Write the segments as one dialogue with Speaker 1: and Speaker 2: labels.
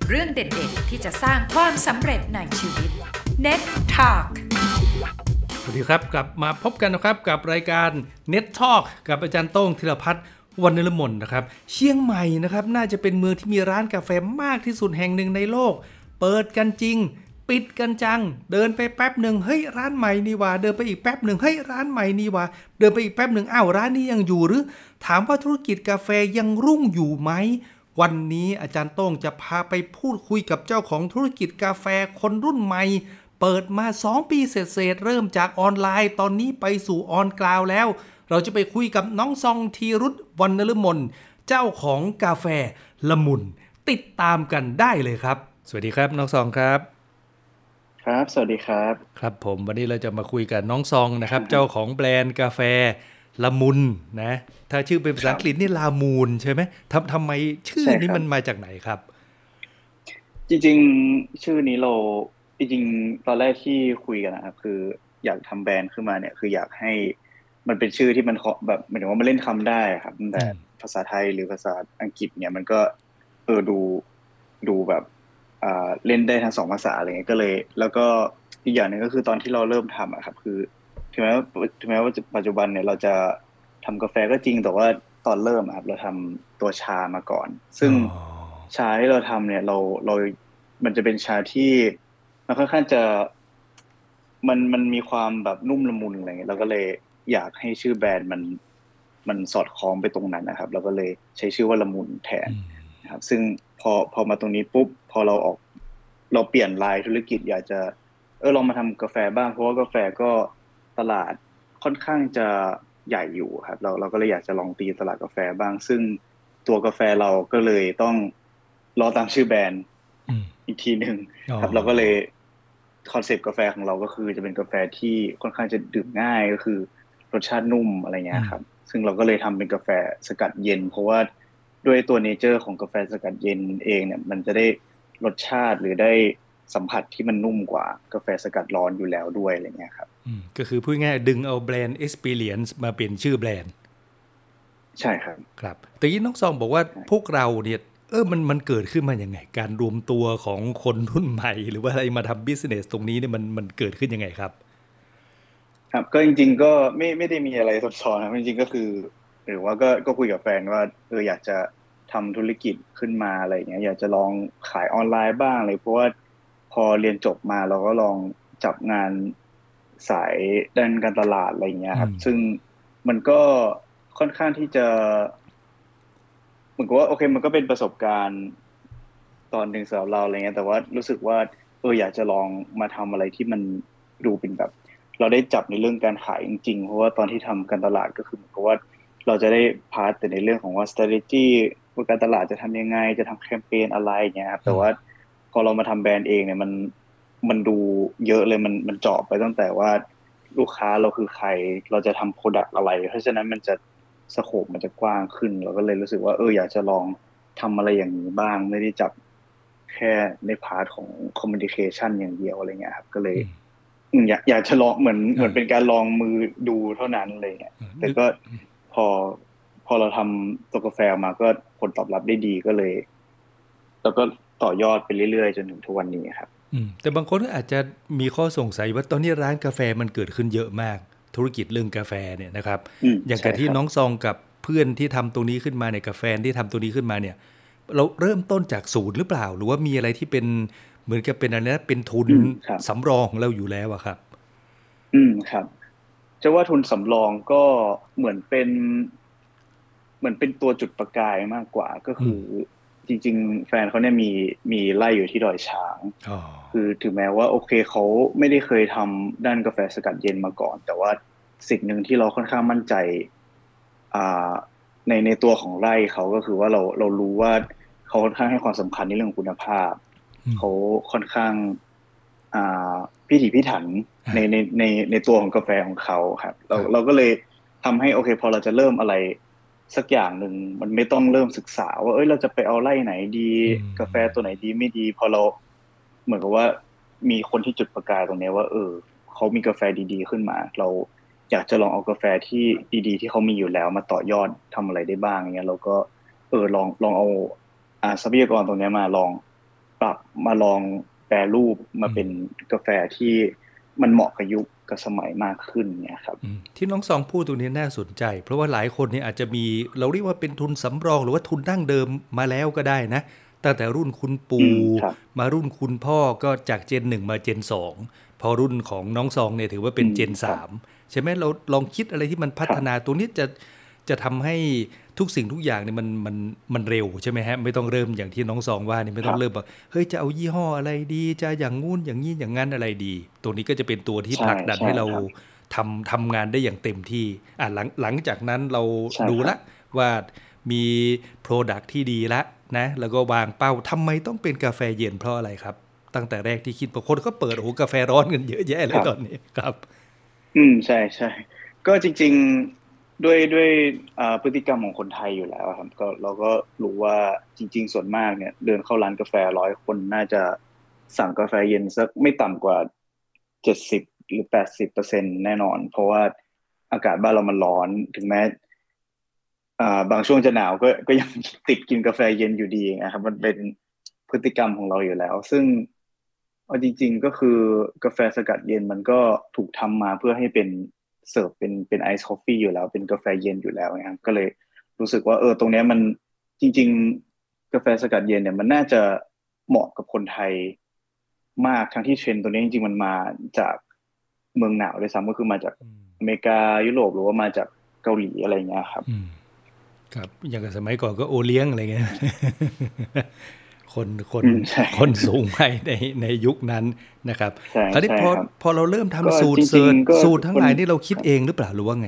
Speaker 1: เรื่องเด่นๆที่จะสร้างความสำเร็จในชีวิต Net Talk
Speaker 2: สวัสดีครับกลับมาพบกันนะครับกับรายการ Net Talk กับอาจารย์โต้งธีรพัฒน์วรรณฤมลนะครับเชียงใหม่นะครับน่าจะเป็นเมืองที่มีร้านกาแฟมากที่สุดแห่งหนึ่งในโลกเปิดกันจริงปิดกันจังเดินไปแป๊บหนึ่งเฮ้ยร้านใหม่นี่ว่าเดินไปอีกแป๊บหนึ่งเฮ้ยร้านใหม่นี่ว่าเดินไปอีกแป๊บหนึ่งอ้าวร้านนี้ยังอยู่หรือถามว่าธุรกิจกาแฟยังรุ่งอยู่ไหมวันนี้อาจารย์โต้งจะพาไปพูดคุยกับเจ้าของธุรกิจกาแฟคนรุ่นใหม่เปิดมา2 ปีเศษเริ่มจากออนไลน์ตอนนี้ไปสู่ออนกราวแล้วเราจะไปคุยกับน้องซองธีรุตวรรณฤมลเจ้าของกาแฟละมุนติดตามกันได้เลยครับสวัสดีครับน้องซองครับ
Speaker 3: ครับสวัสดีครับ
Speaker 2: ครับผมวันนี้เราจะมาคุยกับน้องซองนะครับเจ้าของแบรนด์กาแฟละมุนนะถ้าชื่อเป็นภาษาอังกฤษนี่ลามูนใช่ไหมทำไมชื่อนี้มันมาจากไหนครับ
Speaker 3: จริงๆชื่อนี้เราจริงๆตอนแรกที่คุยกันนะครับคืออยากทำแบรนด์ขึ้นมาเนี่ยคืออยากให้มันเป็นชื่อที่มันแบบหมายถึงว่ามันเล่นคำได้ครับแต่ภาษาไทยหรือภาษาอังกฤษเนี่ยมันก็ดูแบบเล่นได้ทั้ง2ภาษาอะไรเงี้ยก็เลยแล้วก็อีกอย่างนึงก็คือตอนที่เราเริ่มทำอะครับคือถึงแม้ว่าปัจจุบันเนี่ยเราจะทำกาแฟก็จริงแต่ว่าตอนเริ่มครับเราทำตัวชามาก่อนซึ่งชาที่เราทำเนี่ยเรามันจะเป็นชาที่มันค่อนข้างจะมันมีความแบบนุ่มละมุนอะไรเงี้ยเราก็เลยอยากให้ชื่อแบรนด์มันสอดคล้องไปตรงนั้นนะครับเราก็เลยใช้ชื่อว่าละมุนแทนนะครับซึ่งพอมาตรงนี้ปุ๊บพอเราเปลี่ยนไลน์ธุรกิจอยากจะลองมาทำกาแฟบ้างเพราะว่ากาแฟก็ตลาดค่อนข้างจะใหญ่อยู่ครับเราก็เลยอยากจะลองตีตลาดกาแฟบ้างซึ่งตัวกาแฟเราก็เลยต้องรอตามชื่อแบรนด์อีกทีนึงครับเราก็เลยคอนเซปต์กาแฟของเราก็คือจะเป็นกาแฟที่ค่อนข้างจะดื่มง่ายก็คือรสชาตินุ่มอะไรเงี้ยครับซึ่งเราก็เลยทำเป็นกาแฟสกัดเย็นเพราะว่าด้วยตัวเนเจอร์ของกาแฟสกัดเย็นเองเนี่ยมันจะได้รสชาติหรือได้สัมผัสที่มันนุ่มกว่ากาแฟสกัดร้อนอยู่แล้วด้วยอะไรเงี้ยครับ
Speaker 2: ก็คือพูดง่ายดึงเอาแบรนด์ Experience มาเป็นชื่อแบรนด์
Speaker 3: ใช่ครับ
Speaker 2: ครับแต่ที่น้องซองบอกว่าพวกเราเนี่ยมันเกิดขึ้นมาอย่างไงการรวมตัวของคนรุ่นใหม่หรือว่าอะไรมาทำบิสเนสตรงนี้เนี่ยมันเกิดขึ้นยังไงครับ
Speaker 3: ครับก็จริงๆก็ไม่ได้มีอะไรซับซ้อนนะจริงๆก็คือหรือว่าก็คุยกับแฟนว่าอยากจะทำธุรกิจขึ้นมาอะไรเงี้ยอยากจะลองขายออนไลน์บ้างเลยเพราะว่าพอเรียนจบมาเราก็ลองจับงานสายด้านการตลาดอะไรเงี้ยครับซึ่งมันก็ค่อนข้างที่จะเหมือนกับว่าโอเคมันก็เป็นประสบการณ์ตอนหนึ่งสำหรับเราอะไรเงี้ยแต่ว่ารู้สึกว่าอยากจะลองมาทำอะไรที่มันดูเป็นแบบเราได้จับในเรื่องการขายจริงๆเพราะว่าตอนที่ทำการตลาดก็คือเหมือนกับว่าเราจะได้พาร์ทแต่ในเรื่องของว่า strategy ว่าการตลาดจะทำยังไงจะทำแคมเปญอะไรอย่างเงี้ยครับแต่ว่าพอเรามาทำแบรนด์เองเนี่ยมันดูเยอะเลยมันเจาะไปตั้งแต่ว่าลูกค้าเราคือใครเราจะทำ product อะไรเพราะฉะนั้นมันจะสโคปมันจะกว้างขึ้นเราก็เลยรู้สึกว่าอยากจะลองทำอะไรอย่างนี้บ้างไม่ได้จับแค่ในพาร์ทของ communication อย่างเดียวอะไรเงี้ยครับก็เลยอยากจะลองเหมือนเป็นการลองมือดูเท่านั้นอะไรเงี้ยแต่ก็พอเราทำตัวกาแฟมาก็ผลตอบรับได้ดีก็เลยแล้วก็ต่อยอดไปเรื่อยๆจนถึงทุกวันนี้ครับ
Speaker 2: แต่บางคนก็อาจจะมีข้อสงสัยว่าตอนนี้ร้านกาแฟมันเกิดขึ้นเยอะมากธุรกิจเรื่องกาแฟเนี่ยนะครับอย่างที่น้องซองกับเพื่อนที่ทำตรงนี้ขึ้นมาเนี่ยกับแฟนที่ทำตรงนี้ขึ้นมาเนี่ยเราเริ่มต้นจากศูนย์หรือเปล่าหรือว่ามีอะไรที่เป็นเหมือนกับเป็นอะไรนะเป็นทุนสำรองของเราอยู่แล้วอะครับ
Speaker 3: ครับจะว่าทุนสำรองก็เหมือนเป็นตัวจุดประกายมากกว่าก็คือจริงๆแฟนเขาเนี่ยมีไร่อยู่ที่ดอยช้างคือถึงแม้ว่าโอเคเขาไม่ได้เคยทำด้านกาแฟสกัดเย็นมาก่อนแต่ว่าสิ่งหนึ่งที่เราค่อนข้างมั่นใจในตัวของไร่เขาก็คือว่าเรารู้ว่าเขาค่อนข้างให้ความสำคัญในเรื่องคุณภาพเขาค่อนข้างพิถีพิถันในตัวของกาแฟของเขาครับเราก็เลยทำให้โอเคพอเราจะเริ่มอะไรสักอย่างหนึ่งมันไม่ต้องเริ่มศึกษาว่าเราจะไปเอาไร่ไหนดีกาแฟตัวไหนดีไม่ดีพอเราเหมือนกับว่ามีคนที่จุดประกายตรงนี้ว่าเขามีกาแฟดีๆขึ้นมาเราอยากจะลองเอากาแฟที่ดีๆที่เขามีอยู่แล้วมาต่อยอดทำอะไรได้บ้างเงี้ยเราก็ลองเอาทรัพยากรตรงนี้มาลองปรับมาลองแปรรูปมาเป็นกาแฟที่มันเหมาะกับยุคกับสมัยมากขึ้นเนี่ยครับ
Speaker 2: ที่น้องซองพูดตรงนี้น่าสนใจเพราะว่าหลายคนเนี่ยอาจจะมีเราเรียกว่าเป็นทุนสำรองหรือว่าทุนดั้งเดิมมาแล้วก็ได้นะตั้งแต่รุ่นคุณปู่มารุ่นคุณพ่อก็จากเจน1มาเจน2พอรุ่นของน้องซองเนี่ยถือว่าเป็นเจน3ใช่ไหมเราลองคิดอะไรที่มันพัฒนาตรงนี้จะทำให้ทุกสิ่งทุกอย่างเนี่ยมันเร็วใช่ไหมฮะไม่ต้องเริ่มอย่างที่น้องซองว่านี่ไม่ต้องเริ่มแบบเฮ้ยจะเอายี่ห้ออะไรดีจะอย่างงู้นอย่างนี้อย่างงั้นอะไรดีตรงนี้ก็จะเป็นตัวที่ผลักดันให้เราทำงานได้อย่างเต็มที่หลังจากนั้นเราดูละว่ามี product ที่ดีละนะแล้วก็วางเป้าทำไมต้องเป็นกาแฟเย็นเพราะอะไรครับตั้งแต่แรกที่คิดบางคนก็เปิดโอ้โหกาแฟร้อนกันเยอะแยะเลยตอนนี้ครับ
Speaker 3: ใช่ใช่ก็จริงๆด้วยพฤติกรรมของคนไทยอยู่แล้วครับก็เราก็รู้ว่าจริงๆส่วนมากเนี่ยเดินเข้าร้านกาแฟ100 คนน่าจะสั่งกาแฟเย็นสักไม่ต่ำกว่า70หรือ80%แน่นอนเพราะว่าอากาศบ้านเรามันร้อนถึงแม้บางช่วงจะหนาวก็ยังติดกินกาแฟเย็นอยู่ดีนะครับมันเป็นพฤติกรรมของเราอยู่แล้วซึ่งเอาจริงๆก็คือกาแฟสกัดเย็นมันก็ถูกทำมาเพื่อให้เป็นเสิร์ฟเป็นไอซ์คอฟฟี่อยู่แล้วเป็นกาแฟเย็นอยู่แล้วนะครับก็เลยรู้สึกว่าตรงนี้มันจริงๆกาแฟสกัดเย็นเนี่ยมันน่าจะเหมาะกับคนไทยมากทั้งที่เทรนด์ตัวนี้จริงๆมันมาจากเมืองหนาวเลยซ้ำก็คือมาจากอเมริกายุโรปหรือว่ามาจากเกาหลีอะไรเงี้ยครับ
Speaker 2: ครับอย่างกับสมัยก่อนก็โอเลี้ยงอะไรเงี้ยคนสูงไปในยุคนั้นนะครับคราวนี้พอเราเริ่มทำสูตรทั้งหลายนี่เราคิดเองหรือเปล่าหรือว่าไง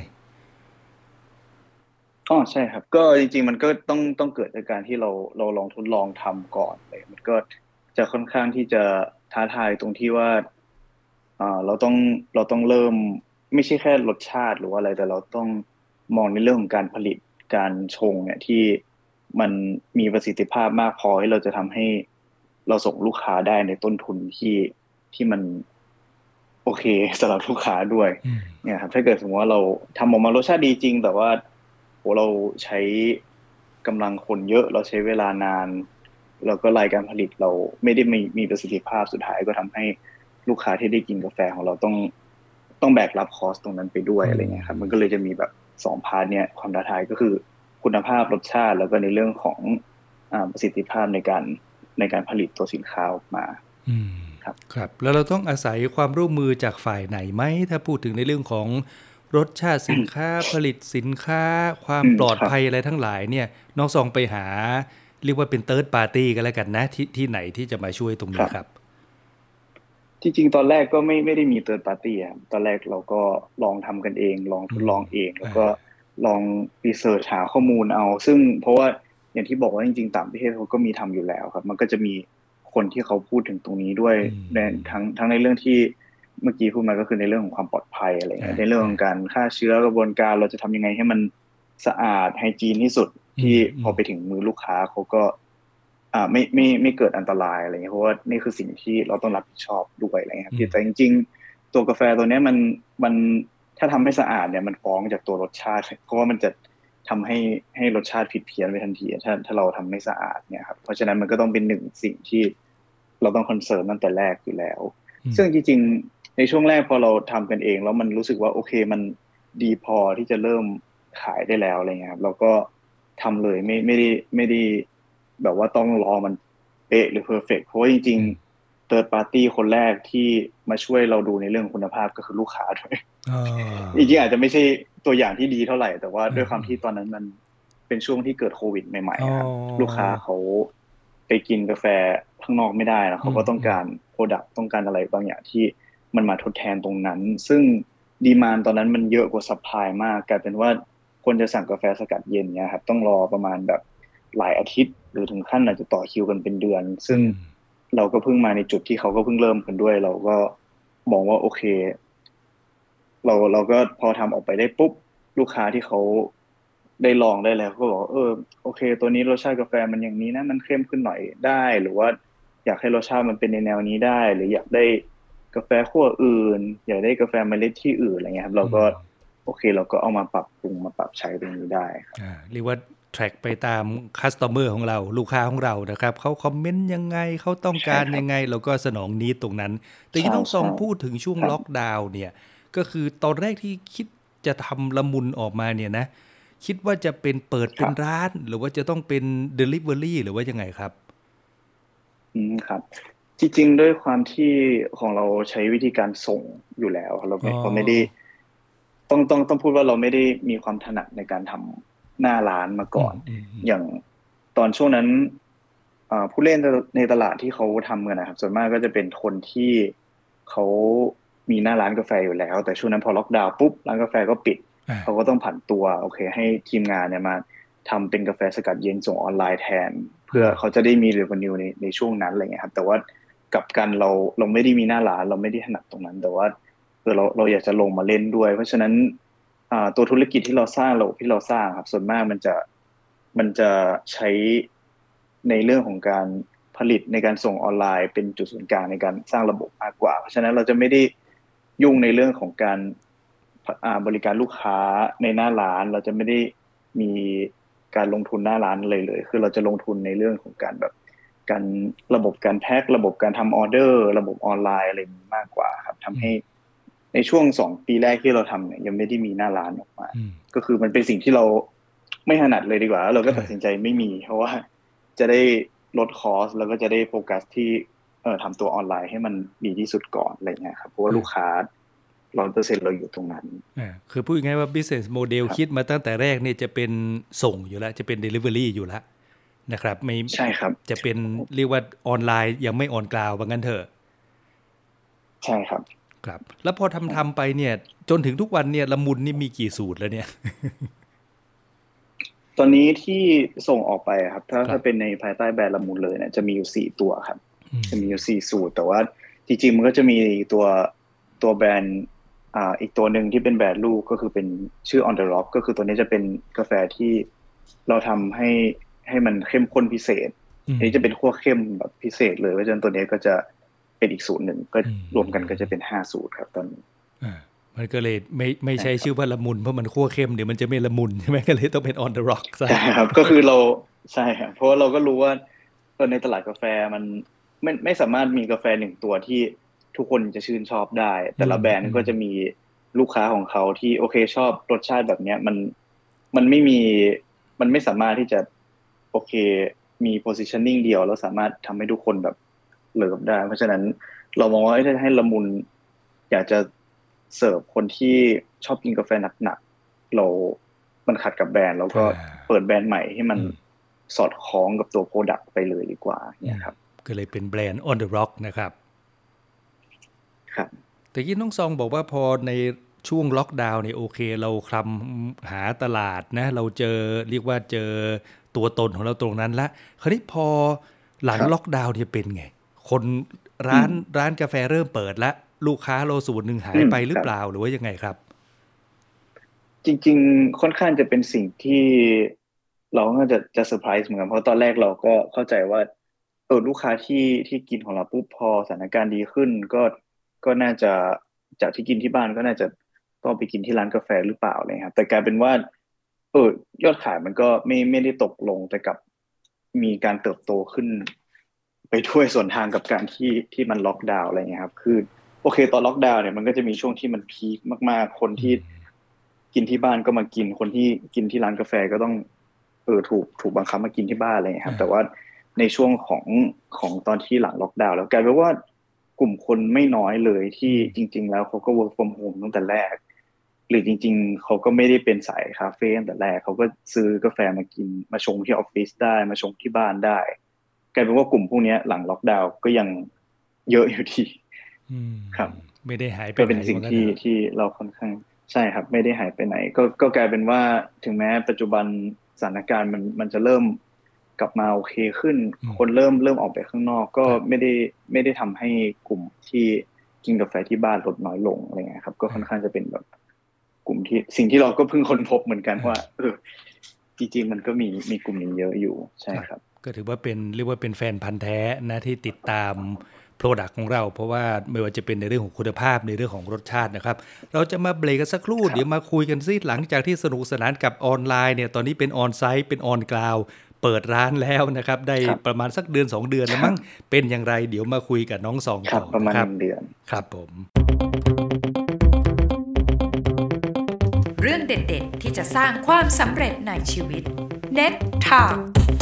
Speaker 3: ใช่ครับก็จริงๆมันก็ต้องเกิดจากการที่เราลองทดลองทำก่อนเลยมันก็จะค่อนข้างที่จะท้าทายตรงที่ว่าเราต้องเริ่มไม่ใช่แค่รสชาติหรือว่าอะไรแต่เราต้องมองในเรื่องของการผลิตการชงเนี่ยที่มันมีประสิทธิภาพมากพอให้เราจะทำให้เราส่งลูกค้าได้ในต้นทุนที่มันโอเคสำหรับลูกค้าด้วยเนี่ยครับถ้าเกิดสมมติว่าเราทำออกมารสชาติดีจริงแต่ว่าเราใช้กำลังคนเยอะเราใช้เวลานานแล้วก็รายการผลิตเราไม่ได้มีประสิทธิภาพสุดท้ายก็ทำให้ลูกค้าที่ได้กินกาแฟของเราต้องแบกรับคอสตรงนั้นไปด้วยอะไรเงี้ยครับมันก็เลยจะมีแบบ2 พาร์ทเนี่ยความท้าทายก็คือคุณภาพรสชาติแล้วก็ในเรื่องของประสิทธิภาพในการผลิตตัวสินค้าออกมา
Speaker 2: ครับแล้วเราต้องอาศัยความร่วมมือจากฝ่ายไหนไหมถ้าพูดถึงในเรื่องของรสชาติสินค้าผลิตสินค้าความปลอดภัยอะไรทั้งหลายเนี่ยน้องซองไปหาเรียกว่าเป็นเติร์ดปาร์ตี้กันแล้วกันนะที่ไหนที่จะมาช่วยตรงนี้ครับ
Speaker 3: จริงๆตอนแรกก็ไม่ได้มีเติร์ดปาร์ตี้ครับตอนแรกเราก็ลองทำกันเองลองทดลองเองแล้วก็ลองรีเสิร์ชหาข้อมูลเอาซึ่งเพราะว่าอย่างที่บอกว่าจริงๆต่างประเทศเขาก็มีทำอยู่แล้วครับมันก็จะมีคนที่เขาพูดถึงตรงนี้ด้วยในทั้งในเรื่องที่เมื่อกี้พูดมาก็คือในเรื่องของความปลอดภัยอะไรในเรื่องของการฆ่าเชื้อกระบวนการเราจะทำยังไงให้มันสะอาดไฮจีนที่สุดที่พอไปถึงมือลูกค้าเขาก็ไม่เกิดอันตรายอะไรเงี้ยเพราะว่านี่คือสิ่งที่เราต้องรับผิดชอบด้วยอะไรเงี้ยครับแต่จริงๆตัวกาแฟตัวนี้มันถ้าทำไม่สะอาดเนี่ยมันฟ้องจากตัวรสชาติเพราะว่ามันจะทำให้รสชาติผิดเพี้ยนไปทันทีถ้าเราทำไม่สะอาดเนี่ยครับเพราะฉะนั้นมันก็ต้องเป็นหนึ่งสิ่งที่เราต้องคอนเซิร์นตั้งแต่แรกอยู่แล้วซึ่งจริงๆในช่วงแรกพอเราทำกันเองแล้วมันรู้สึกว่าโอเคมันดีพอที่จะเริ่มขายได้แล้วอะไรเงี้ยครับเราก็ทำเลยไม่ได้แบบว่าต้องรอมันเป๊ะหรือเพอร์เฟกต์เพราะว่าจริงๆ third party คนแรกที่มาช่วยเราดูในเรื่องคุณภาพก็คือลูกค้าด้วยจริงๆอาจจะไม่ใช่ตัวอย่างที่ดีเท่าไหร่แต่ว่าด้วยความที่ตอนนั้นมันเป็นช่วงที่เกิดโควิดใหม่ๆครับลูกค้าเขาไปกินกาแฟข้างนอกไม่ได้แล้วเขาก็ต้องการโปรดักต์ต้องการอะไรบางอย่างที่มันมาทดแทนตรงนั้นซึ่งดีมานด์ตอนนั้นมันเยอะกว่าซัพพลายมากกลายเป็นว่าคนจะสั่งกาแฟสกัดเย็นเนี่ยครับต้องรอประมาณแบบหลายอาทิตย์หรือถึงขั้นอาจจะต่อคิวกันเป็นเดือนซึ่งเราก็เพิ่งมาในจุดที่เขาก็เพิ่งเริ่มกันด้วยเราก็มองว่าโอเคเราก็พอทำออกไปได้ปุ๊บลูกค้าที่เขาได้ลองได้แล้วก็บอกโอเคตัวนี้รสชาติกาแฟมันอย่างนี้นะมันเข้มขึ้นหน่อยได้หรือว่าอยากให้รสชาติมันเป็นในแนวนี้ได้หรืออยากได้กาแฟคั่วอื่นอยากได้กาแฟเมล็ดที่อื่นอะไรเงี้ยครับเราก็โอเคเราก็เอามาปรับปรุงมาปรับใช้ตรงนี้ได้ครับ
Speaker 2: เรียกว่า track ไปตาม customer ของเราลูกค้าของเรานะครับเขาคอมเมนต์ยังไงเขาต้องการยังไงเราก็สนองนีดตรงนั้นแต่ที่ต้องซองพูดถึงช่วงล็อกดาวน์เนี่ยก็คือตอนแรกที่คิดจะทำละมุนออกมาเนี่ยนะคิดว่าจะเป็นเปิดเป็นร้านหรือว่าจะต้องเป็น delivery หรือว่ายังไงครับ
Speaker 3: ครับจริงๆด้วยความที่ของเราใช้วิธีการส่งอยู่แล้วเราไม่ได้ต้องพูดว่าเราไม่ได้มีความถนัดในการทำหน้าร้านมาก่อนอย่างตอนช่วงนั้นผู้เล่นในตลาดที่เขาทำกันนะครับส่วนมากก็จะเป็นคนที่เขามีหน้าร้านกาแฟอยู่แล้วแต่ช่วงนั้นพอล็อกดาวน์ปุ๊บร้านกาแฟก็ปิดเขาก็ต้องผันตัวโอเคให้ทีมงานเนี่ยมาทำเป็นกาแฟสกัดเย็นส่งออนไลน์แทนเพื่อเขาจะได้มี revenue ในช่วงนั้นอะไรเงี้ยครับแต่ว่ากับกันเราไม่ได้มีหน้าร้านเราไม่ได้ถนัดตรงนั้นแต่ว่าเราอยากจะลงมาเล่นด้วยเพราะฉะนั้นตัวธุรกิจที่เราสร้างระบบที่เราสร้างครับส่วนมากมันจะใช้ในเรื่องของการผลิตในการส่งออนไลน์เป็นจุดศูนย์กลางในการสร้างระบบมากกว่าเพราะฉะนั้นเราจะไม่ได้ยุ่งในเรื่องของการบริการลูกค้าในหน้าร้านเราจะไม่ได้มีการลงทุนหน้าร้านเลยคือเราจะลงทุนในเรื่องของการแบบการระบบการแพ็คระบบการทำออเดอร์ระบบออนไลน์อะไรมากกว่าครับทำให้ในช่วง2 ปีแรกที่เราทำเนี่ยยังไม่ได้มีหน้าร้านออกมาก็คือมันเป็นสิ่งที่เราไม่ถนัดเลยดีกว่าเราก็ตัดสินใจไม่มีเพราะว่าจะได้ลดคอสแล้วก็จะได้โฟกัสที่ทำตัวออนไลน์ให้มันดีที่สุดก่อนอะไรเงี้ยครับเพราะว่าลูกค้า100%เราอยู่ตรงนั้น
Speaker 2: คือพูดง่ายๆว่า business model คิดมาตั้งแต่แรกเนี่ยจะเป็นส่งอยู่แล้วจะเป็น delivery อยู่แล้วนะครับไม่
Speaker 3: ใช่ครับ
Speaker 2: จะเป็นเรียกว่าออนไลน์ยังไม่ออนกราวว่างั้นเถอะ
Speaker 3: ใช่ครับ
Speaker 2: ครับแล้วพอทำไปเนี่ยจนถึงทุกวันเนี่ยละมุนนี่มีกี่สูตรแล้วเนี่ย
Speaker 3: ตอนนี้ที่ส่งออกไปครับถ้าเป็นในภายใต้แบรนด์ละมุนเลยเนี่ยจะมีอยู่4ตัวครับจะมีอยู่4สูตรแต่ว่าจริงๆมันก็จะมีตัวแบรนด์อีกตัวหนึ่งที่เป็นแบรนด์ลูกก็คือเป็นชื่อ On the Rock ก็คือตัวนี้จะเป็นกาแฟที่เราทำให้มันเข้มข้นพิเศษอันนี้จะเป็นคั่วเข้มแบบพิเศษเลยเพราะฉะนั้นตัวนี้ก็จะเป็นอีกสูตรหนึ่งก็รวมกันก็จะเป็น5สูตรครับตอนนี้
Speaker 2: มันก็เลยไม่ใช่ชื่อว่าละมุนเพราะมันคั่วเข้มเดี๋ยวมันจะไม่ละมุนใช่ไหมก็เลยต้องเป็น On the Rock
Speaker 3: ใช่ครับก็คือเราใช่ครับเพราะว่าเราก็รู้ว่าในตลาดกาแฟมันไม่สามารถมีกาแฟ1ตัวที่ทุกคนจะชื่นชอบได้แต่ละแบรนด์ก็จะมีลูกค้าของเขาที่โอเคชอบรสชาติแบบเนี้ยมันไม่สามารถที่จะโอเคมี positioning เดียวแล้วสามารถทำให้ทุกคนแบบเลิฟได้เพราะฉะนั้นเรามองว่าถ้าให้ละมุนอยากจะเสิร์ฟคนที่ชอบกินกาแฟหนักๆมันขัดกับแบรนด์แล้วก็เปิดแบรนด์ใหม่ให้มันสอดคล้องกับตัวโปรดักต์ไปเลยดีกว่าเนี่ยครับ
Speaker 2: ก็เลยเป็นแบรนด์ On the Rock นะครับ
Speaker 3: ครับ
Speaker 2: แต่กี้น้องซองบอกว่าพอในช่วงล็อกดาวน์เนี่ยโอเคเราคลำหาตลาดนะเราเรียกว่าเจอตัวตนของเราตรงนั้นละคราวนี้พอหลังล็อกดาวน์เนี่ยเป็นไงคนร้านกาแฟเริ่มเปิดแล้วลูกค้าเราส่วนหนึ่งหายไปหรือเปล่าหรือว่ายังไงครับ
Speaker 3: จริงๆค่อนข้างจะเป็นสิ่งที่เราก็จะเซอร์ไพรส์เหมือนกันเพราะตอนแรกเราก็เข้าใจว่าลูกค้าที่กินของเราปุ๊บพอสถานการณ์ดีขึ้นก็น่าจะจากที่กินที่บ้านก็น่าจะต้องไปกินที่ร้านกาแฟหรือเปล่าเลยครับแต่กลายเป็นว่ายอดขายมันก็ไม่ได้ตกลงแต่กับมีการเติบโตขึ้นไปด้วยส่วนทางกับการที่มันล็อกดาวน์อะไรเงี้ยครับคือโอเคตอนล็อกดาวน์เนี่ยมันก็จะมีช่วงที่มันพีคมากๆคนที่กินที่บ้านก็มากินคนที่กินที่ร้านกาแฟก็ต้องถูกบังคับมากินที่บ้านอะไรเงี้ยครับแต่ว่าในช่วงของตอนที่หลังล็อกดาวน์แล้วกลายเป็นว่ากลุ่มคนไม่น้อยเลยที่จริงๆแล้วเขาก็ work from home ตั้งแต่แรกหรือจริงๆเขาก็ไม่ได้เป็นสายคาเฟ่ตั้งแต่แรกเขาก็ซื้อกาแฟมากินมาชงที่ออฟฟิศได้มาชงที่บ้านได้กลายเป็นว่ากลุ่มพวกนี้หลังล็อกดาวน์ก็ยังเยอะอยู่ดีครับ
Speaker 2: ไม่ได้หายไปไหน
Speaker 3: ก็เป็นสิ่งที่เราค่อนข้างใช่ครับไม่ได้หายไปไหนก็กลายเป็นว่าถึงแม้ปัจจุบันสถานการณ์มันจะเริ่มกลับมาโอเคขึ้นคนเริ่มออกไปข้างนอกก็ไม่ได้ทำให้กลุ่มที่กินกาแฟที่บ้านลดน้อยลงอะไรเงี้ยครับก็ค่อนข้างจะเป็นแบบกลุ่มที่สิ่งที่เราก็เพิ่งค้นพบเหมือนกันว่าจริงๆมันก็มีกลุ่มนี้เยอะอยู่ใช่ครับ
Speaker 2: ก็ถือว่าเรียกว่าเป็นแฟนพันธุ์แท้นะที่ติดตาม product ของเราเพราะว่าไม่ว่าจะเป็นในเรื่องของคุณภาพในเรื่องของรสชาตินะครับเราจะมาเบรกกันสักครู่เดี๋ยวมาคุยกันซิหลังจากที่สนุกสนานกับออนไลน์เนี่ยตอนนี้เป็นออนไซต์เป็นออนกราวเปิดร้านแล้วนะครับได้ประมาณสักเดือน2เดือนแล้วมั้งเป็นอย่างไรเดี๋ยวมาคุยกับน้องซองต่อ
Speaker 3: ประมาณ1เดือน
Speaker 2: ครับผม
Speaker 1: เรื่องเด็ดๆที่จะสร้างความสำเร็จในชีวิต Net Talk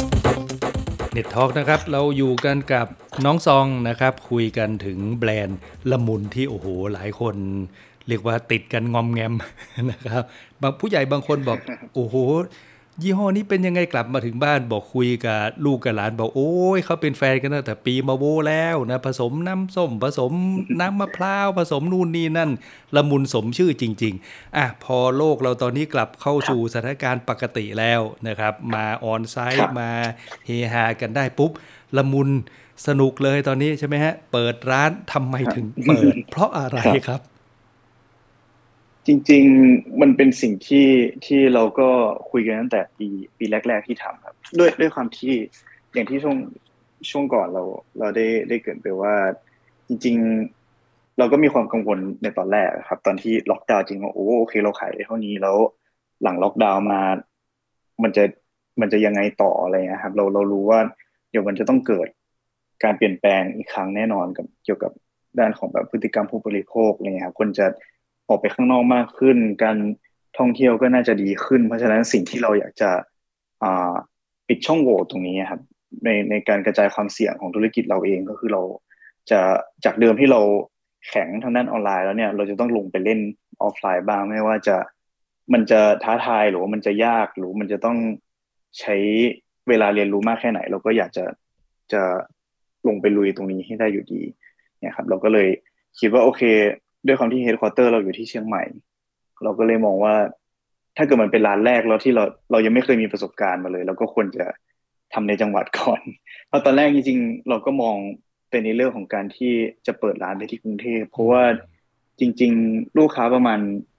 Speaker 2: Net Talk นะครับเราอยู่กันกับน้องซองนะครับคุยกันถึงแบรนด์ละมุนที่โอ้โหหลายคนเรียกว่าติดกันงอมแงมนะครับบางผู้ใหญ่บางคนบอกโอ้โหยี่ห้อนี้เป็นยังไงกลับมาถึงบ้านบอกคุยกับลูกกับหลานบอกโอ้ยเขาเป็นแฟนกันตั้งแต่ปีมาโวแล้วนะผสมน้ำส้มผสมน้ำมะพร้าวผสมนู่นนี่นั่นละมุนสมชื่อจริงๆพอโลกเราตอนนี้กลับเข้าสู่สถานการณ์ปกติแล้วนะครับมาออนไซต์มาเฮฮากันได้ปุ๊บละมุนสนุกเลยตอนนี้ใช่ไหมฮะเปิดร้านทำไมถึงเปิด เพราะอะไรครับ
Speaker 3: จริงๆมันเป็นสิ่งที่เราก็คุยกันตั้งแต่ปีแรกๆที่ทำครับด้วยความที่อย่างที่ช่วงก่อนเราได้เกริ่นไปว่าจริงๆเราก็มีความกังวลในตอนแรกครับตอนที่ล็อกดาวน์จริงว่าโอเคเราขายได้เท่านี้แล้วหลังล็อกดาวน์มามันจะยังไงต่ออะไรเงี้ยครับเรารู้ว่าเดี๋ยวมันจะต้องเกิดการเปลี่ยนแปลงอีกครั้งแน่นอนกับเกี่ยวกับด้านของแบบพฤติกรรมผู้บริโภคอะไรเงี้ยครับคนจะออกไปข้างนอกมากขึ้นการท่องเที่ยวก็น่าจะดีขึ้นเพราะฉะนั้นสิ่งที่เราอยากจะปิดช่องโหว่ตรงนี้ครับในการกระจายความเสี่ยงของธุรกิจเราเองก็คือเราจะจากเดิมที่เราแข็งทางด้านออนไลน์แล้วเนี่ยเราจะต้องลงไปเล่นออฟไลน์บ้างไม่ว่ามันจะท้าทายหรือว่ามันจะยากหรือมันจะต้องใช้เวลาเรียนรู้มากแค่ไหนเราก็อยากจะลงไปลุยตรงนี้ให้ได้อยู่ดีเนี่ยครับเราก็เลยคิดว่าโอเคด้วยความที่เฮดควอเตอร์เราอยู่ที่เชียงใหม่เราก็เลยมองว่าถ้าเกิดมันเป็นร้านแรกแล้วที่เรายังไม่เคยมีประสบการณ์มาเลยเราก็ควรจะทำในจังหวัดก่อนเพราะตอนแรกจริงๆเราก็มองเป็นในเรื่องของการที่จะเปิดร้านไปที่กรุงเทพเพราะว่าจริงๆลูกค้าประมาณ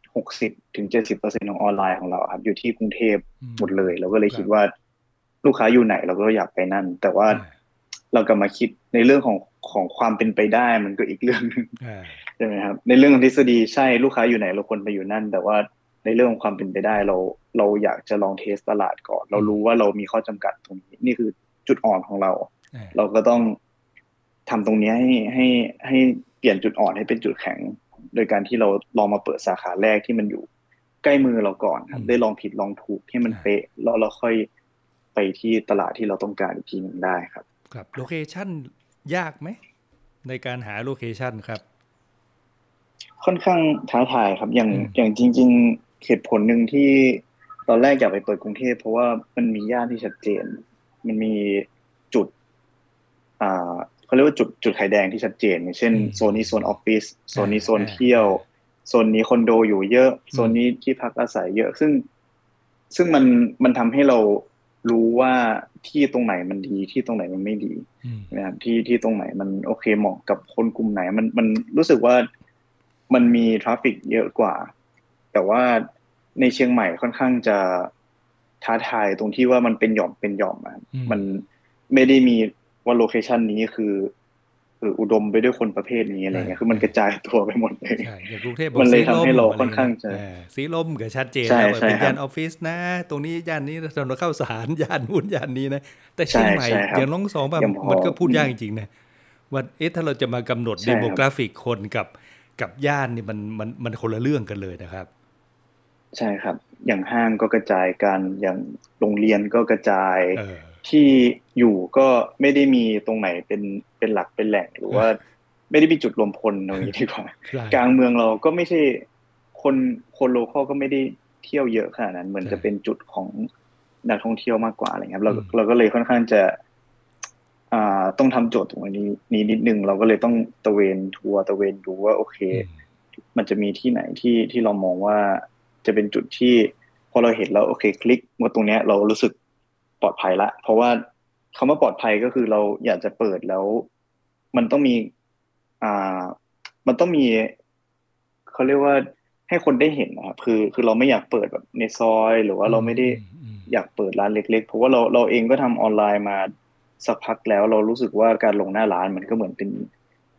Speaker 3: 60-70% ของออนไลน์ของเราครับอยู่ที่กรุงเทพหมดเลยเราก็เลยคิดว่าลูกค้าอยู่ไหนเราก็อยากไปนั่นแต่ว่าเรากลับมาคิดในเรื่องของความเป็นไปได้มันก็อีกเรื่องนึงใช่ไหมครับในเรื่องของทฤษฎีใช่ลูกค้าอยู่ไหนเราควรไปอยู่นั่นแต่ว่าในเรื่องของความเป็นไปได้เราอยากจะลองเทสตลาดก่อนเรารู้ว่าเรามีข้อจำกัดตรงนี้นี่คือจุดอ่อนของเราเราก็ต้องทำตรงนี้ให้เปลี่ยนจุดอ่อนให้เป็นจุดแข็งโดยการที่เราลองมาเปิดสาขาแรกที่มันอยู่ใกล้มือเราก่อนครับได้ลองผิดลองถูกที่มันเป๊ะแล้วเราค่อยไปที่ตลาดที่เราต้องการอีกทีนึงได้ครับ
Speaker 2: ครับโลเคชั่นยากไหมในการหาโลเคชั่นครับ
Speaker 3: ค่อนข้างท้าทายครับอย่างจริงๆเหตุผลหนึ่งที่ตอนแรกอยากไปเปิดกรุงเทพเพราะว่ามันมีย่านที่ชัดเจนมันมีจุดเขาเรียกว่าจุดไข่แดงที่ชัดเจนอย่างเช่นโซนนี้โซนออฟฟิศโซนนี้โซนเที่ยวโซนนี้คอนโดอยู่เยอะโซนนี้ที่พักอาศัยเยอะซึ่งมันทำให้เรารู้ว่าที่ตรงไหนมันดีที่ตรงไหนมันไม่ดีนะครับที่ตรงไหนมันโอเคเหมาะกับคนกลุ่มไหนมันรู้สึกว่ามันมีทราฟฟิกเยอะกว่าแต่ว่าในเชียงใหม่ค่อนข้างจะท้าทายตรงที่ว่ามันเป็นหย่อมมันไม่ได้มีว่าโลเคชันนี้คืออุดมไปด้วยคนประเภทนี้อะไรเงี้ยคือมันกระจายตัวไปหมดเลย
Speaker 2: ใช่อย่างกรุงเทพ
Speaker 3: มันเลยทำให้เราค่อนข้างจะ
Speaker 2: สีลมก็ชัดเจนแล้วเป็นย่านออฟฟิศนะตรงนี้ย่านนี้ถนนข้าวสารย่านนู้นย่านนี้นะแต่เชียงใหม่อย่างน้องสองแบบมันก็พูดยากจริงๆนะว่าถ้าเราจะมากำหนดเดโมกราฟิกคนกับย่านนี่มันคนละเรื่องกันเลยนะครับ
Speaker 3: ใช่ครับอย่างห้างก็กระจายกันอย่างโรงเรียนก็กระจายที่อยู่ก็ไม่ได้มีตรงไหนเป็นหลักเป็นแหล่งหรือว่าไม่ได้มีจุดรวมพลตรงนี้ดีกว่ากลางเมืองเราก็ไม่ใช่คนโลคอลก็ไม่ได้เที่ยวเยอะขนาดนั้นเหมือนจะเป็นจุดของนักท่องเที่ยวมากกว่าอะไรครับเราก็เลยค่อนข้างจะต้องทำโจทย์ตรงนี้นิดนึงเราก็เลยต้องตะเวนทัวร์ตะเวนดูว่าโอเคมันจะมีที่ไหนที่เรามองว่าจะเป็นจุดที่พอเราเห็นแล้วโอเคคลิกมาตรงนี้เรารู้สึกปลอดภัยละเพราะว่าคำว่าปลอดภัยก็คือเราอยากจะเปิดแล้วมันต้องมีมันต้องมีเขาเรียกว่าให้คนได้เห็นนะครับคือเราไม่อยากเปิดแบบในซอยหรือว่าเราไม่ได้อยากเปิดร้านเล็กๆเพราะว่าเราเองก็ทำออนไลน์มาสักพักแล้วเรารู้สึกว่าการลงหน้าร้านมันก็เหมือนเป็น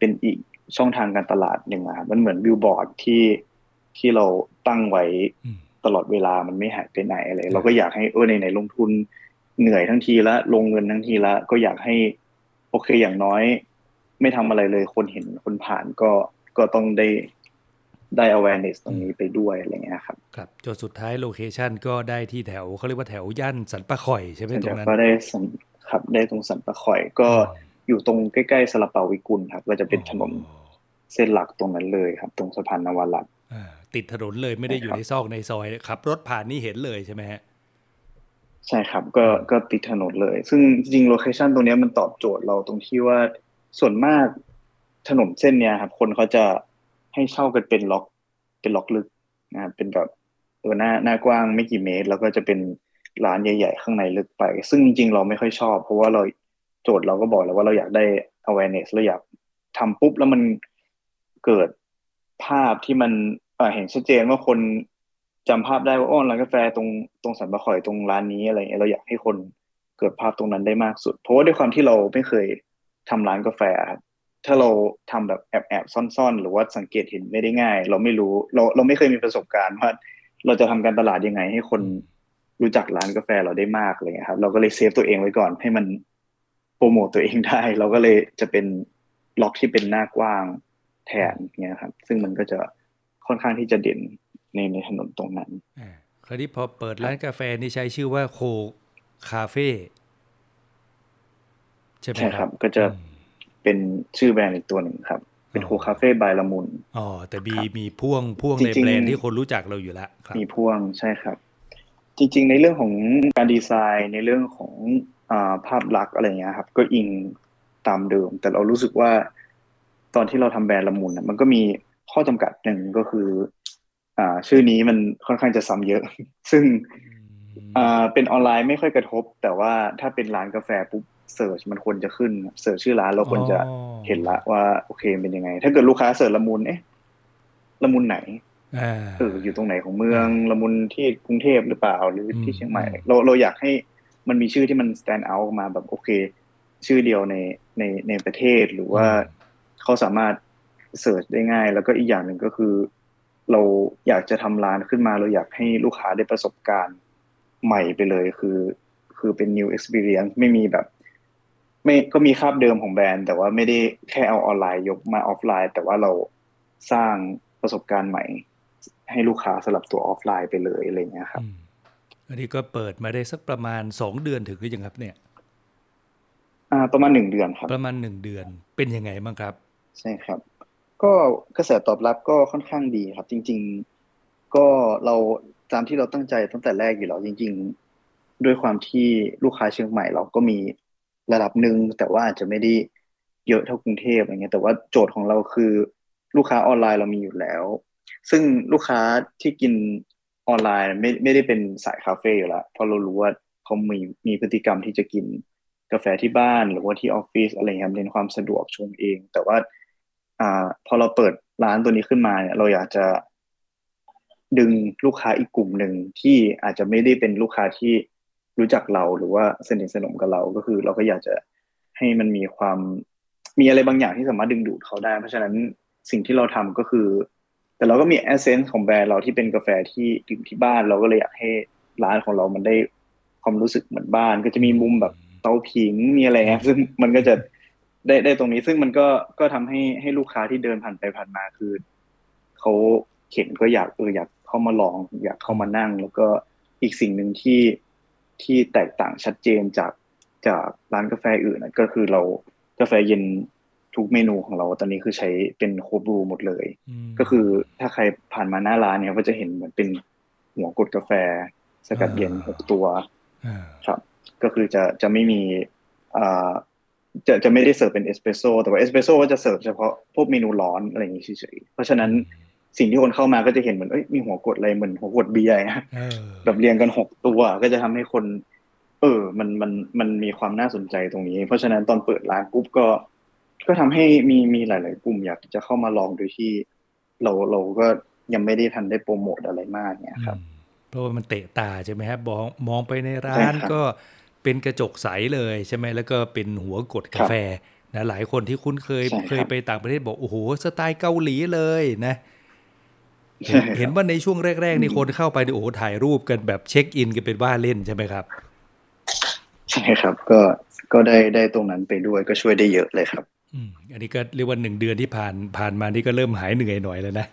Speaker 3: เป็นอีกช่องทางการตลาดหนึ่งครับมันเหมือนบิลบอร์ดที่เราตั้งไว้ตลอดเวลามันไม่หายไปไหนอะไรเราก็อยากให้ในลงทุนเหนื่อยทั้งทีละลงเงินทั้งทีละก็อยากให้โอเคอย่างน้อยไม่ทำอะไรเลยคนเห็นคนผ่านก็ต้องได้ awareness ตรงนี้ไปด้วยอะไรเงี้ยครับ
Speaker 2: ครับจนสุดท้ายโลเคชั่นก็ได้ที่แถวเขาเรียกว่าแถวย่านสันป่าข่อยใช่ไหมตรงนั้น
Speaker 3: ก็ได้ครับได้ตรงสันป่าข่อยก็อยู่ตรงใกล้ๆซาลาเปาวิกุลครับก็จะเป็นถนนเส้นหลักตรงนั้นเลยครับตรงสะพานนวรัตน์
Speaker 2: ติดถนนเลยไม่ได้อยู่ในซอกในซอยขับรถผ่านนี่เห็นเลยใช่ไหมฮะ
Speaker 3: ใช่ครับก็ติดถนนเลยซึ่งจริงๆโลเคชั่นตรงนี้มันตอบโจทย์เราตรงที่ว่าส่วนมากถนนเส้นเนี้ยครับคนเขาจะให้เช่ากันเป็นล็อกลึกนะครับเป็นแบบหน้ากว้างไม่กี่เมตรแล้วก็จะเป็นร้านใหญ่ๆข้างในลึกไปซึ่งจริงๆเราไม่ค่อยชอบเพราะว่าเราโจทย์เราก็บอกแล้วว่าเราอยากได้ awareness เราอยากทำปุ๊บแล้วมันเกิดภาพที่มันเห็นชัดเจนว่าคนจำภาพได้ว่าร้านกาแฟตรงสันป่าข่อยตรงร้านนี้อะไรเงี้ยเราอยากให้คนเกิดภาพตรงนั้นได้มากสุดเพราะว่าด้วยความที่เราไม่เคยทำร้านกาแฟครับถ้าเราทำแบบแอบซ่อนๆหรือว่าสังเกตเห็นไม่ได้ง่ายเราไม่รู้เราไม่เคยมีประสบการณ์ว่าเราจะทำการตลาดยังไงให้คนรู้จักร้านกาแฟเราได้มากอะไรเงี้ยครับเราก็เลยเซฟตัวเองไว้ก่อนให้มันโปรโมตตัวเองได้เราก็เลยจะเป็นล็อกที่เป็นหน้ากว้างแทนเงี้ยครับซึ่งมันก็จะค่อนข้างที่จะเด่นในถนนตรงนั้น
Speaker 2: คราวนี้พอเปิดร้านกาแฟนี่ใช้ชื่อว่าโคคาเฟ่ใช่ไหมครับ
Speaker 3: ก็จะเป็นชื่อแบรนด์อีกตัวหนึ่งครับเป็นโคคาเฟ่บายละมุน
Speaker 2: แต่มีพ่วงในแบรนด์ที่คนรู้จักเราอยู่แล้วครับ
Speaker 3: มีพ่วงใช่ครับจริงๆในเรื่องของการดีไซน์ในเรื่องของภาพลักษณ์อะไรเงี้ยครับก็อิงตามเดิมแต่เรารู้สึกว่าตอนที่เราทำแบรนด์ละมุนมันก็มีข้อจำกัดหนึ่งก็คือชื่อนี้มันค่อนข้างจะซ้ำเยอะซึ่งเป็นออนไลน์ไม่ค่อยกระทบแต่ว่าถ้าเป็นร้านกาแฟปุ๊บเสิร์ชมันควรจะขึ้นเสิร์ชชื่อร้านเราควรจะเห็นละว่าโอเคเป็นยังไงถ้าเกิดลูกค้าเสิร์ชละมุนละมุนไหนอยู่ตรงไหนของเมืองละมุนที่กรุงเทพหรือเปล่าหรือที่เชียงใหม่เราอยากให้มันมีชื่อที่มัน stand out มาแบบโอเคชื่อเดียวในประเทศหรือว่าเขาสามารถเสิร์ชได้ง่ายแล้วก็อีกอย่างหนึ่งก็คือเราอยากจะทำร้านขึ้นมาเราอยากให้ลูกค้าได้ประสบการณ์ใหม่ไปเลยคือเป็น new experience ไม่มีแบบไม่ก็มีคราบเดิมของแบรนด์แต่ว่าไม่ได้แค่เอาออนไลน์ยกมาออฟไลน์แต่ว่าเราสร้างประสบการณ์ใหม่ให้ลูกค้าสำหรับตัวออฟไลน์ไปเลยอะไรเงี้ยครับ
Speaker 2: อันนี้ก็เปิดมาได้สักประมาณ2เดือนถึงหรือยังครับเนี่ย
Speaker 3: ประมาณ1เดือนครับ
Speaker 2: ประมาณ1เดือนเป็นยังไงบ้างครับ
Speaker 3: ใช่ครับก็กระแสตอบรับก็ค่อนข้างดีครับจริงๆก็เราตามที่เราตั้งใจตั้งแต่แรกอยู่แล้วจริงๆด้วยความที่ลูกค้าเชียงใหม่เราก็มีระดับหนึ่งแต่ว่าอาจจะไม่ได้เยอะเท่ากรุงเทพอะไรเงี้ยแต่ว่าโจทย์ของเราคือลูกค้าออนไลน์เรามีอยู่แล้วซึ่งลูกค้าที่กินออนไลน์ไม่ได้เป็นสายคาเฟ่อยู่แล้วเพราะเรารู้ว่าเขามีพฤติกรรมที่จะกินกาแฟที่บ้านหรือว่าที่ออฟฟิศอะไรเงี้ยเน้นความสะดวกชงเองแต่ว่าพอเราเปิดร้านตัวนี้ขึ้นมาเนี่ยเราอยากจะดึงลูกค้าอีกกลุ่มหนึ่งที่อาจจะไม่ได้เป็นลูกค้าที่รู้จักเราหรือว่าสนิทสนมกับเราก็คือเราก็อยากจะให้มันมีอะไรบางอย่างที่สามารถดึงดูดเขาได้เพราะฉะนั้นสิ่งที่เราทำก็คือแต่เราก็มีเอเซนส์ของแบรนด์เราที่เป็นกาแฟที่ดื่มที่บ้านเราก็เลยอยากให้ร้านของเรามันได้ความรู้สึกเหมือนบ้านก็จะมีมุมแบบเตาผิงมีอะไรเงี้ยซึ่งมันก็จะได้ตรงนี้ซึ่งมันก็ทำให้ลูกค้าที่เดินผ่านไปผ่านมาคือเขาเห็นก็อยากเข้ามาลองอยากเข้ามานั่งแล้วก็อีกสิ่งหนึ่งที่แตกต่างชัดเจนจากร้านกาแฟอื่นนะก็คือเรากาแฟเย็นทุกเมนูของเราตอนนี้คือใช้เป็นโคบรูหมดเลยก็คือถ้าใครผ่านมาหน้าร้านเนี่ยก็จะเห็นเหมือนเป็นหัวกดกาแฟสกัดเย็น6ตัวครับก็คือจะไม่มีจะไม่ได้เสิร์ฟเป็นเอสเปรสโซ่แต่ว่าเอสเปรสโซ่ก็จะเสิร์ฟเฉพาะพวกเมนูร้อนอะไรอย่างนี้เฉยๆเพราะฉะนั้นสิ่งที่คนเข้ามาก็จะเห็นเหมือนมีหัวกดอะไรเหมือนหัวกดเบียร์แบบเรียงกัน6ตัวก็จะทำให้คนมันมีความน่าสนใจตรงนี้เพราะฉะนั้นตอนเปิดร้านปุ๊บก็ทำให้มีหลายๆกลุ่มอยากจะเข้ามาลองโดยที่เราก็ยังไม่ได้ทันได้โปรโมทอะไรมากเนี่ยครับ
Speaker 2: เพราะว่ามันเตะตาใช่ไหมครับมองไปในร้านก็เป็นกระจกใสเลยใช่ไหมแล้วก็เป็นหัวกดกาแฟนะหลายคนที่คุ้นเคยไปต่างประเทศบอกโอ้โหสไตล์เกาหลีเลยนะเห็นว่าในช่วงแรกๆนี่คนเข้าไปโอ้โหถ่ายรูปกันแบบเช็คอินกันเป็นว่าเล่นใช่ไหมครับ
Speaker 3: ใช่ครับก็ได้ตรงนั้นไปด้วยก็ช่วยได้เยอะเลยครับ
Speaker 2: อันนี้ก็เรียกว่า1 เดือนที่ผ่านมานี่ก็เริ่มหายเหนื่อยหน่อยแล้วนะ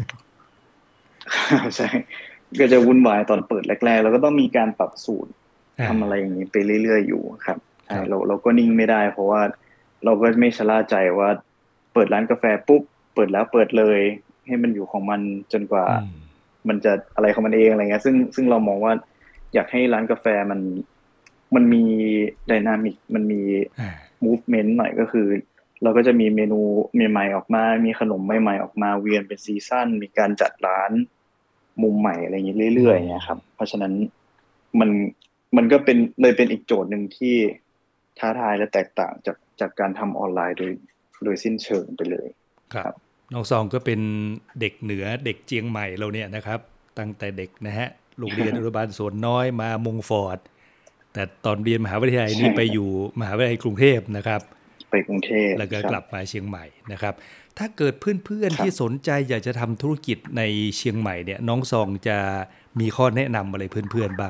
Speaker 3: ใช่ก็จะวุ่นวายตอนเปิดแรกๆแล้วก็ต้องมีการปรับสูตรทำอะไรอย่างนี้ไปเรื่อยๆอยู่ครับใช่เราก็นิ่งไม่ได้เพราะว่าเราก็ไม่ชะล่าใจว่าเปิดร้านกาแฟปุ๊บเปิดแล้วเปิดเลยให้มันอยู่ของมันจนกว่ามันจะอะไรของมันเองอะไรเงี้ยซึ่งเรามองว่าอยากให้ร้านกาแฟมันมีไดนามิกมันมีมูฟเมนต์หน่อยก็คือเราก็จะมีเมนูใหม่ๆออกมามีขนมใหม่ๆออกมาเวียนเป็นซีซั่นมีการจัดร้านมุมใหม่อะไรอย่างนี้เรื่อยๆเนี่ยครับเพราะฉะนั้นมันก็เป็นเป็นอีกโจทย์หนึ่งที่ท้าทายและแตกต่างจากการทำออนไลน์โดยสิ้นเชิงไปเลย
Speaker 2: ครับน้องซองก็เป็นเด็กเหนือเด็กเจียงใหม่เราเนี่ยนะครับตั้งแต่เด็กนะฮะโรงเรียนอนุบาลสวนน้อยมามงฟอร์ดแต่ตอนเรียนมหาวิทยาลัยนี่ไปอยู่มหาวิทยาลัยกรุงเทพนะครับ
Speaker 3: ไปกรุงเทพ
Speaker 2: แล้วก็กลับมาเชียงใหม่นะครับถ้าเกิดเพื่อนๆที่สนใจอยากจะทำธุรกิจในเชียงใหม่เนี่ยน้องซองจะมีข้อแนะนำอะไรเพื่อนๆบ้าง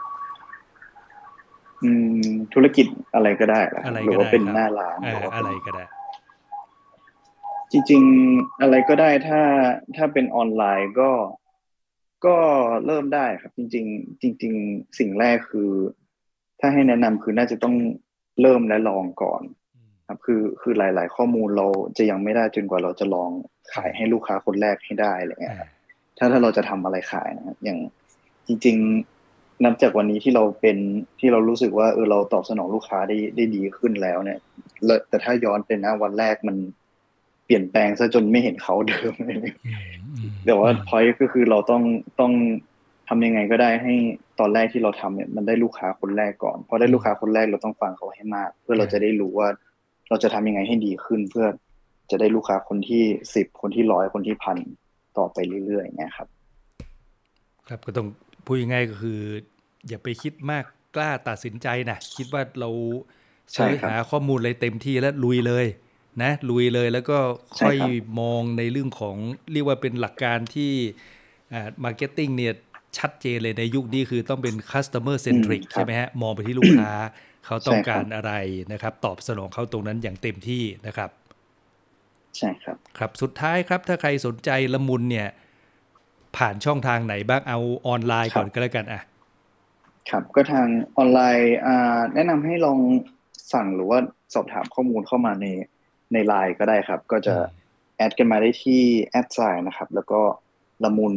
Speaker 3: ธุรกิจอะไรก็ได้หรือว่าเป็นหน้าร้าน
Speaker 2: อะไรก็ได้
Speaker 3: จริงๆอะไรก็ได้ถ้าเป็นออนไลน์ก็เริ่มได้ครับจริงสิ่งแรกคือถ้าให้แนะนำคือน่าจะต้องเริ่มและลองก่อนครับคือหลายๆข้อมูลเราจะยังไม่ได้จนกว่าเราจะลองขายให้ลูกค้าคนแรกให้ได้อะไรเงี้ยถ้าเราจะทำอะไรขายนะครับอย่างจริงๆนับจากวันนี้ที่เรารู้สึกว่าเราตอบสนองลูกค้าได้ดีขึ้นแล้วเนี่ยแต่ถ้าย้อนไปนะวันแรกมันเปลี่ยนแปลงซะจนไม่เห็นเขาเดิมเลยแต่ว่า point ก็คือเราต้องทำยังไงก็ได้ให้ตอนแรกที่เราทำเนี่ยมันได้ลูกค้าคนแรกก่อนพอได้ลูกค้าคนแรกเราต้องฟังเขาให้มากเพื่อเราจะได้รู้ว่าเราจะทำยังไงให้ดีขึ้นเพื่อจะได้ลูกค้าคนที่10คนที่100คนที่1,000ต่อไปเรื่อยๆเนี่ยครับ
Speaker 2: ครับก็ต้องพูดง่ายๆก็คืออย่าไปคิดมากกล้าตัดสินใจนะคิดว่าเราเสิร์ชหาข้อมูลอะไรเต็มที่แล้วลุยเลยนะลุยเลยแล้วก็ค่อยมองในเรื่องของเรียกว่าเป็นหลักการที่มาร์เก็ตติ้งเนี่ยชัดเจนเลยในยุคนี้คือต้องเป็น customer centric ใช่ไหมฮะมองไปที่ลูกค้า เขาต้องการอะไรนะครับตอบสนองเขาตรงนั้นอย่างเต็มที่นะครับ
Speaker 3: ใช่ครับ
Speaker 2: ครับสุดท้ายครับถ้าใครสนใจละมุนเนี่ยผ่านช่องทางไหนบ้างเอาออนไลน์ก่อนก็แล้วกัน
Speaker 3: ครับก็ทางออนไลน์แนะนำให้ลองสั่งหรือว่าสอบถามข้อมูลเข้ามาใน LINE ก็ได้ครับก็จะแอดกันมาได้ที่แอดไซน์นะครับแล้วก็ละมุน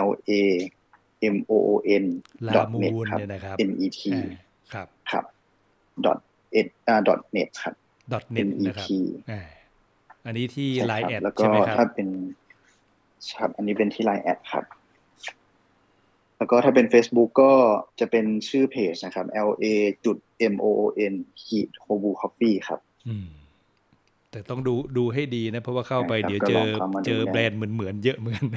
Speaker 3: LAMOON .net ครับ NET ครับ.net ครับ
Speaker 2: .net นะครับอันนี้ที่ LINE แอด
Speaker 3: ใช่ไหมครับแล้วก็ถ้าเป็นครับอันนี้เป็นที่ LINE แอดครับแล้วก็ถ้าเป็น Facebook ก็จะเป็นชื่อเพจนะครับ LA.MOON Hobu Coffee ครับ
Speaker 2: แต่ต้องดูให้ดีนะเพราะว่าเข้าไปเดี๋ยวเจอแบรนด์เหมือนเยอะเหมือน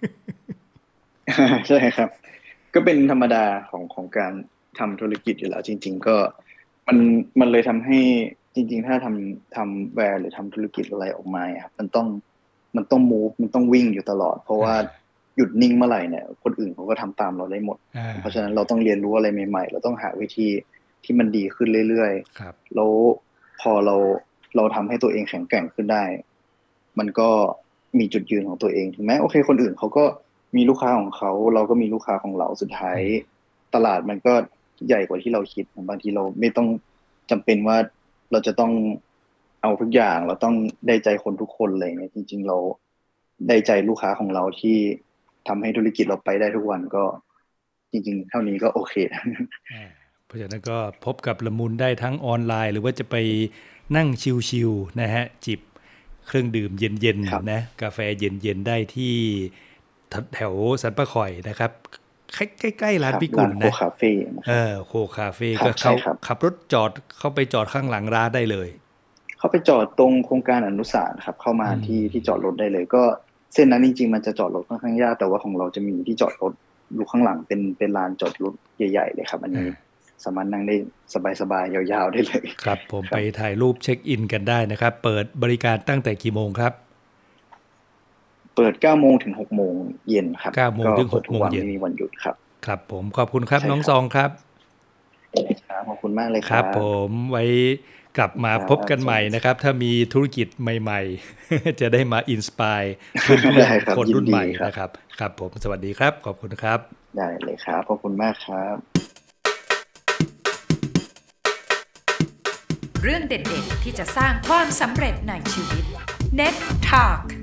Speaker 3: ใช่ครับก็เป็นธรรมดาของการทำธุรกิจอยู่แล้วจริงๆก็มันเลยทำให้จริงๆถ้าทำแบรนด์หรือทำธุรกิจอะไรออกมาครับมันต้อง move มันต้องวิ่งอยู่ตลอดเพราะว่าหยุดนิ่งเมื่อไหร่เนี่ยคนอื่นเขาก็ทำตามเราได้หมดเพราะฉะนั้นเราต้องเรียนรู้อะไรใหม่ๆเราต้องหาวิธีที่มันดีขึ้นเรื่อยๆแล้วพอเราทำให้ตัวเองแข็งแกร่งขึ้นได้มันก็มีจุดยืนของตัวเองถึงแม้โอเคคนอื่นเขาก็มีลูกค้าของเขาเราก็มีลูกค้าของเราสุดท้ายตลาดมันก็ใหญ่กว่าที่เราคิดบางทีเราไม่ต้องจำเป็นว่าเราจะต้องเอาทุกอย่างเราต้องได้ใจคนทุกคนเลยเนี่ยจริงๆเราได้ใจลูกค้าของเราที่ทำให้ธุรกิจเราไปได้ทุกวันก็จริงๆเท่านี้ก็โอเค
Speaker 2: เพราะฉะนั้นก็พบกับละมุนได้ทั้งออนไลน์หรือว่าจะไปนั่งชิลๆนะฮะจิบเครื่องดื่มเย็นๆนะกาแฟเย็นๆได้ที่แถวสันป่าข่อยนะครับใกล้ๆร้านพิกุลนะ
Speaker 3: โคคาเฟ่
Speaker 2: โคคาเฟ่ก็เขาขับรถจอดเข้าไปจอดข้างหลังร้านได้เลย
Speaker 3: เข้าไปจอดตรงโครงการอนุสารครับเข้ามาที่จอดรถได้เลยก็เส้นนั้นจริงๆมันจะจอดรถค่อนข้างยากแต่ว่าของเราจะมีที่จอดรถอยู่ข้างหลังเป็นลานจอดรถใหญ่ๆเลยครับอันนี้สามารถนั่งได้สบายๆยาวๆได้เลย
Speaker 2: ครับผมไปถ่ายรูปเช็คอินกันได้นะครับเปิดบริการตั้งแต่กี่โมงครับ
Speaker 3: เปิด 9 โมงถึง 6 โมงเย็นครับ
Speaker 2: 9 โมงถึง 6 โมงเย็น
Speaker 3: มีวันหยุดครับ
Speaker 2: ครับผมขอบคุณครับน้องซองครับ
Speaker 3: ครับขอบคุณมากเลย
Speaker 2: ครับผมไว้กลับมาพบกันใหม่นะครับถ้ามีธุรกิจใหม่ๆจะได้มาอินสไปร์เพื่อนๆคนรุ่นใหม่นะครับครับผมสวัสดีครับขอบคุณครับ
Speaker 3: ได้เลยครับขอบคุณมากครับ
Speaker 1: เรื่องเด็ดๆที่จะสร้างความสำเร็จในชีวิต Net Talk